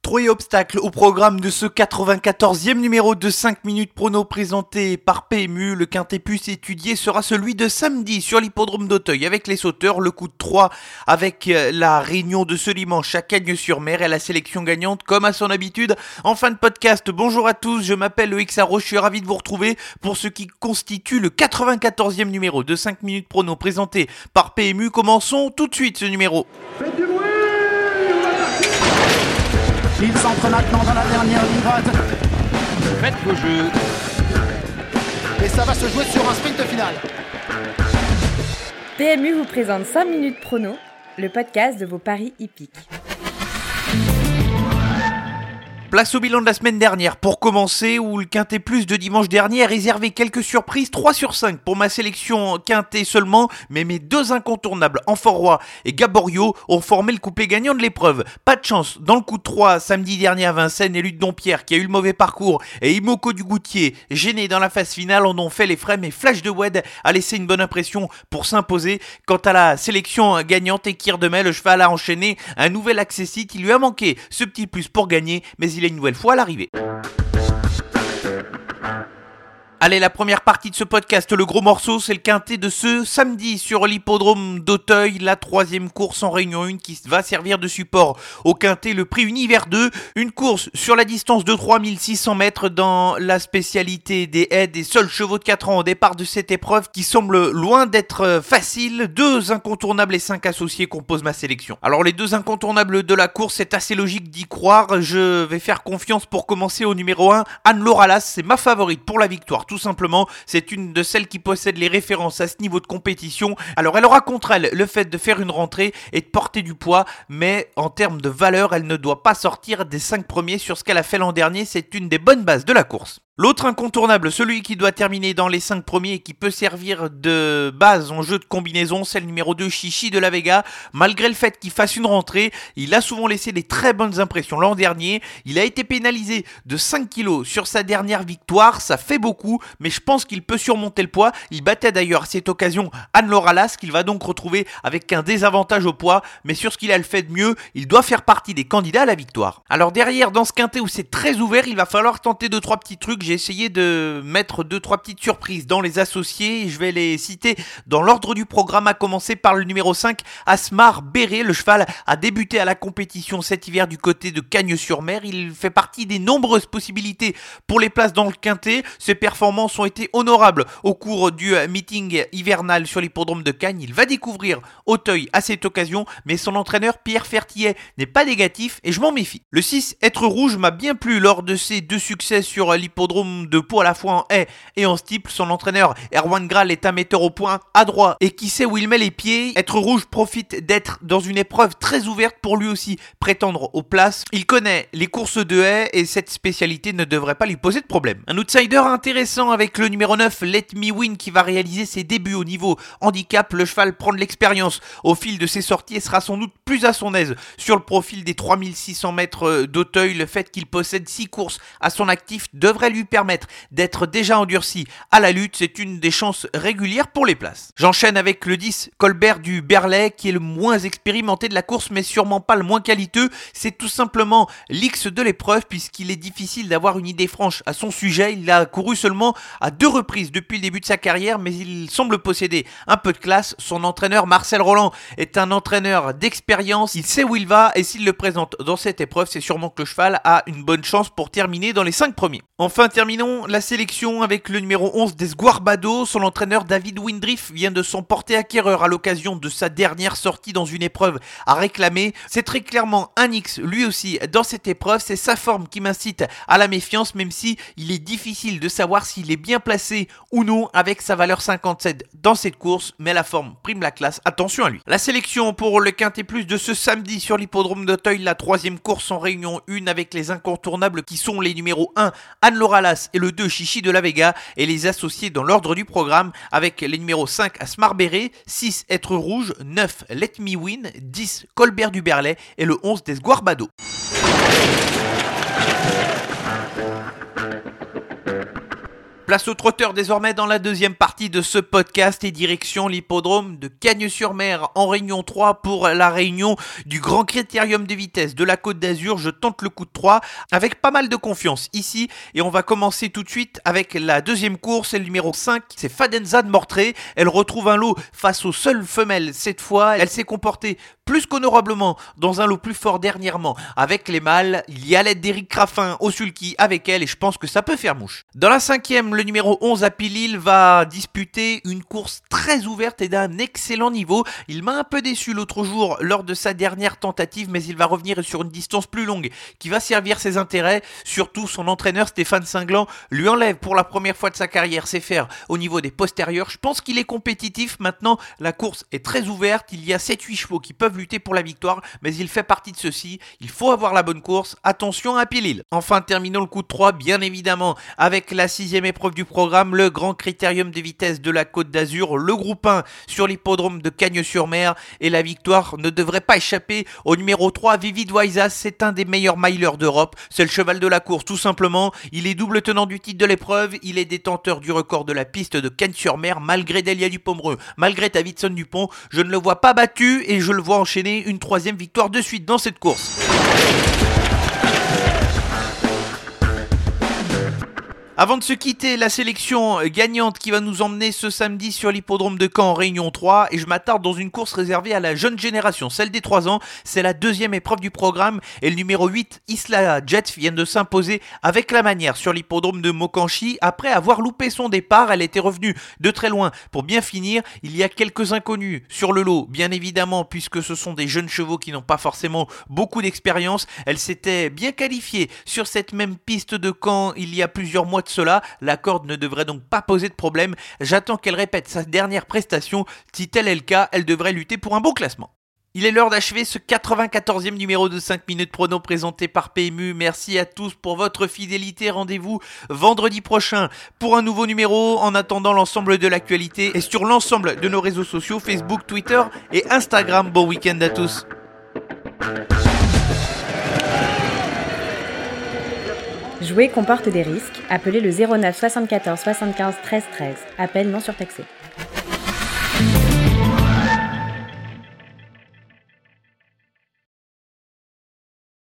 Trot et obstacles au programme de ce 94e numéro de 5 minutes prono présenté par PMU. Le quintet plus étudié sera celui de samedi sur l'hippodrome d'Auteuil avec les sauteurs, le coup de 3 avec la réunion de ce dimanche à Cagnes-sur-Mer et la sélection gagnante comme à son habitude. En fin de podcast, bonjour à tous, je m'appelle Loïc Sarro, je suis ravi de vous retrouver pour ce qui constitue le 94e numéro de 5 minutes prono présenté par PMU. Commençons tout de suite ce numéro. Faites du bruit! Il s'entre maintenant dans la dernière ligne droite. Faites vos jeux. Et ça va se jouer sur un sprint final. PMU vous présente 5 minutes prono, le podcast de vos paris hippiques. Place au bilan de la semaine dernière pour commencer, où le quintet plus de dimanche dernier a réservé quelques surprises, 3 sur 5 pour ma sélection quintet seulement, mais mes deux incontournables, Enforroy et Gaborio, ont formé le couplet gagnant de l'épreuve. Pas de chance dans le coup de 3 samedi dernier à Vincennes, et Luc Dompierre qui a eu le mauvais parcours et Imoko du Goutier, gêné dans la phase finale, en ont fait les frais, mais Flash de Wed a laissé une bonne impression pour s'imposer. Quant à la sélection gagnante, Ekir Demey, le cheval a enchaîné un nouvel accessite, il lui a manqué ce petit plus pour gagner, mais il est une nouvelle fois à l'arrivée. Allez, la première partie de ce podcast, le gros morceau, c'est le quintet de ce samedi sur l'hippodrome d'Auteuil, la troisième course en Réunion 1 qui va servir de support au quintet, le prix Univers 2, une course sur la distance de 3600 mètres dans la spécialité des haies des seuls chevaux de 4 ans au départ de cette épreuve qui semble loin d'être facile. Deux incontournables et 5 associés composent ma sélection. Alors les deux incontournables de la course, c'est assez logique d'y croire, je vais faire confiance pour commencer au numéro 1, Anne-Laure Alas, c'est ma favorite pour la victoire. Tout simplement, c'est une de celles qui possède les références à ce niveau de compétition. Alors elle aura contre elle le fait de faire une rentrée et de porter du poids, mais en termes de valeur, elle ne doit pas sortir des 5 premiers sur ce qu'elle a fait l'an dernier. C'est une des bonnes bases de la course. L'autre incontournable, celui qui doit terminer dans les 5 premiers et qui peut servir de base en jeu de combinaison, c'est le numéro 2, Chichi de la Vega. Malgré le fait qu'il fasse une rentrée, il a souvent laissé des très bonnes impressions l'an dernier. Il a été pénalisé de 5 kilos sur sa dernière victoire, ça fait beaucoup, mais je pense qu'il peut surmonter le poids. Il battait d'ailleurs à cette occasion Anne-Laure Alas, qu'il va donc retrouver avec un désavantage au poids, mais sur ce qu'il a le fait de mieux, il doit faire partie des candidats à la victoire. Alors derrière, dans ce quintet où c'est très ouvert, il va falloir tenter 2-3 petits trucs. J'ai essayé de mettre 2-3 petites surprises dans les associés et je vais les citer dans l'ordre du programme, à commencer par le numéro 5, Asmar Béré. Le cheval a débuté à la compétition cet hiver du côté de Cagnes-sur-Mer. Il fait partie des nombreuses possibilités pour les places dans le quintet. Ses performances ont été honorables au cours du meeting hivernal sur l'hippodrome de Cagnes. Il va découvrir Auteuil à cette occasion, mais son entraîneur Pierre Fertillet n'est pas négatif et je m'en méfie. Le 6, Être Rouge, m'a bien plu lors de ses 2 succès sur l'hippodrome de Pau, à la fois en haie et en steeple. Son entraîneur Erwan Graal est un metteur au point adroit et qui sait où il met les pieds. Être Rouge profite d'être dans une épreuve très ouverte pour lui aussi prétendre aux places. Il connaît les courses de haie et cette spécialité ne devrait pas lui poser de problème. Un outsider intéressant avec le numéro 9, Let Me Win, qui va réaliser ses débuts au niveau handicap. Le cheval prend de l'expérience au fil de ses sorties et sera sans doute plus à son aise sur le profil des 3600 mètres d'Auteuil. Le fait qu'il possède 6 courses à son actif devrait lui permettre d'être déjà endurci à la lutte. C'est une des chances régulières pour les places. J'enchaîne avec le 10, Colbert du Berlay, qui est le moins expérimenté de la course mais sûrement pas le moins qualiteux. C'est tout simplement l'X de l'épreuve puisqu'il est difficile d'avoir une idée franche à son sujet. Il a couru seulement à 2 reprises depuis le début de sa carrière, mais il semble posséder un peu de classe. Son entraîneur Marcel Roland est un entraîneur d'expérience, il sait où il va et s'il le présente dans cette épreuve, c'est sûrement que le cheval a une bonne chance pour terminer dans les 5 premiers. Enfin, terminons la sélection avec le numéro 11 d'Esguarbado. Son entraîneur David Windriff vient de s'emporter acquéreur à l'occasion de sa dernière sortie dans une épreuve à réclamer. C'est très clairement un X lui aussi dans cette épreuve. C'est sa forme qui m'incite à la méfiance, même si il est difficile de savoir s'il est bien placé ou non avec sa valeur 57 dans cette course, mais la forme prime la classe, attention à lui. La sélection pour le quintet plus de ce samedi sur l'hippodrome d'Auteuil, la troisième course en Réunion 1 avec les incontournables qui sont les numéros 1, Anne-Laure Alas, et le 2, Chichi de la Vega, et les associés dans l'ordre du programme avec les numéros 5, Asmar Béré, 6, Être Rouge, 9, Let Me Win, 10, Colbert du Berlay et le 11, d'Esguarbado. Place au trotteur désormais dans la deuxième partie partie de ce podcast est direction l'hippodrome de Cagnes-sur-Mer en Réunion 3 pour la réunion du Grand Critérium de vitesse de la Côte d'Azur. Je tente le coup de 3 avec pas mal de confiance ici et on va commencer tout de suite avec la deuxième course, c'est le numéro 5, c'est Fadenza de Mortré. Elle retrouve un lot face aux seules femelles cette fois. Elle s'est comportée plus qu'honorablement dans un lot plus fort dernièrement avec les mâles. Il y a l'aide d'Éric Craffin au sulky avec elle et je pense que ça peut faire mouche. Dans la cinquième, le numéro 11 à Pilil va disputer une course très ouverte et d'un excellent niveau. Il m'a un peu déçu l'autre jour lors de sa dernière tentative, mais il va revenir sur une distance plus longue qui va servir ses intérêts. Surtout son entraîneur Stéphane Cinglan lui enlève pour la première fois de sa carrière ses fers au niveau des postérieurs. Je pense qu'il est compétitif. Maintenant, la course est très ouverte. Il y a 7-8 chevaux qui peuvent lutter pour la victoire, mais il fait partie de ceux-ci. Il faut avoir la bonne course. Attention à Pilil. Enfin, terminons le coup de 3, bien évidemment, avec la 6e épreuve du programme, le Grand Critérium de vitesse de la Côte d'Azur, le groupe 1 sur l'hippodrome de Cagnes-sur-Mer, et la victoire ne devrait pas échapper au numéro 3, Vivid Waisas. C'est un des meilleurs milers d'Europe, c'est le cheval de la course tout simplement. Il est double tenant du titre de l'épreuve, il est détenteur du record de la piste de Cagnes-sur-Mer, malgré Delia Dupomereux, malgré Davidson Dupont. Je ne le vois pas battu et je le vois enchaîner une 3e victoire de suite dans cette course. Avant de se quitter, la sélection gagnante qui va nous emmener ce samedi sur l'hippodrome de Caen en Réunion 3, et je m'attarde dans une course réservée à la jeune génération, celle des 3 ans. C'est la 2e épreuve du programme et le numéro 8, Isla Jet, vient de s'imposer avec la manière sur l'hippodrome de Mokanchi. Après avoir loupé son départ, elle était revenue de très loin pour bien finir. Il y a quelques inconnus sur le lot, bien évidemment, puisque ce sont des jeunes chevaux qui n'ont pas forcément beaucoup d'expérience. Elle s'était bien qualifiée sur cette même piste de Caen il y a plusieurs mois de cela, la corde ne devrait donc pas poser de problème. J'attends qu'elle répète sa dernière prestation. Si tel est le cas, elle devrait lutter pour un bon classement. Il est l'heure d'achever ce 94e numéro de 5 minutes prono présenté par PMU. Merci à tous pour votre fidélité. Rendez-vous vendredi prochain pour un nouveau numéro. En attendant, l'ensemble de l'actualité est sur l'ensemble de nos réseaux sociaux, Facebook, Twitter et Instagram. Bon week-end à tous. Jouer comporte des risques. Appelez le 09 74 75 13 13. Appel non surtaxé.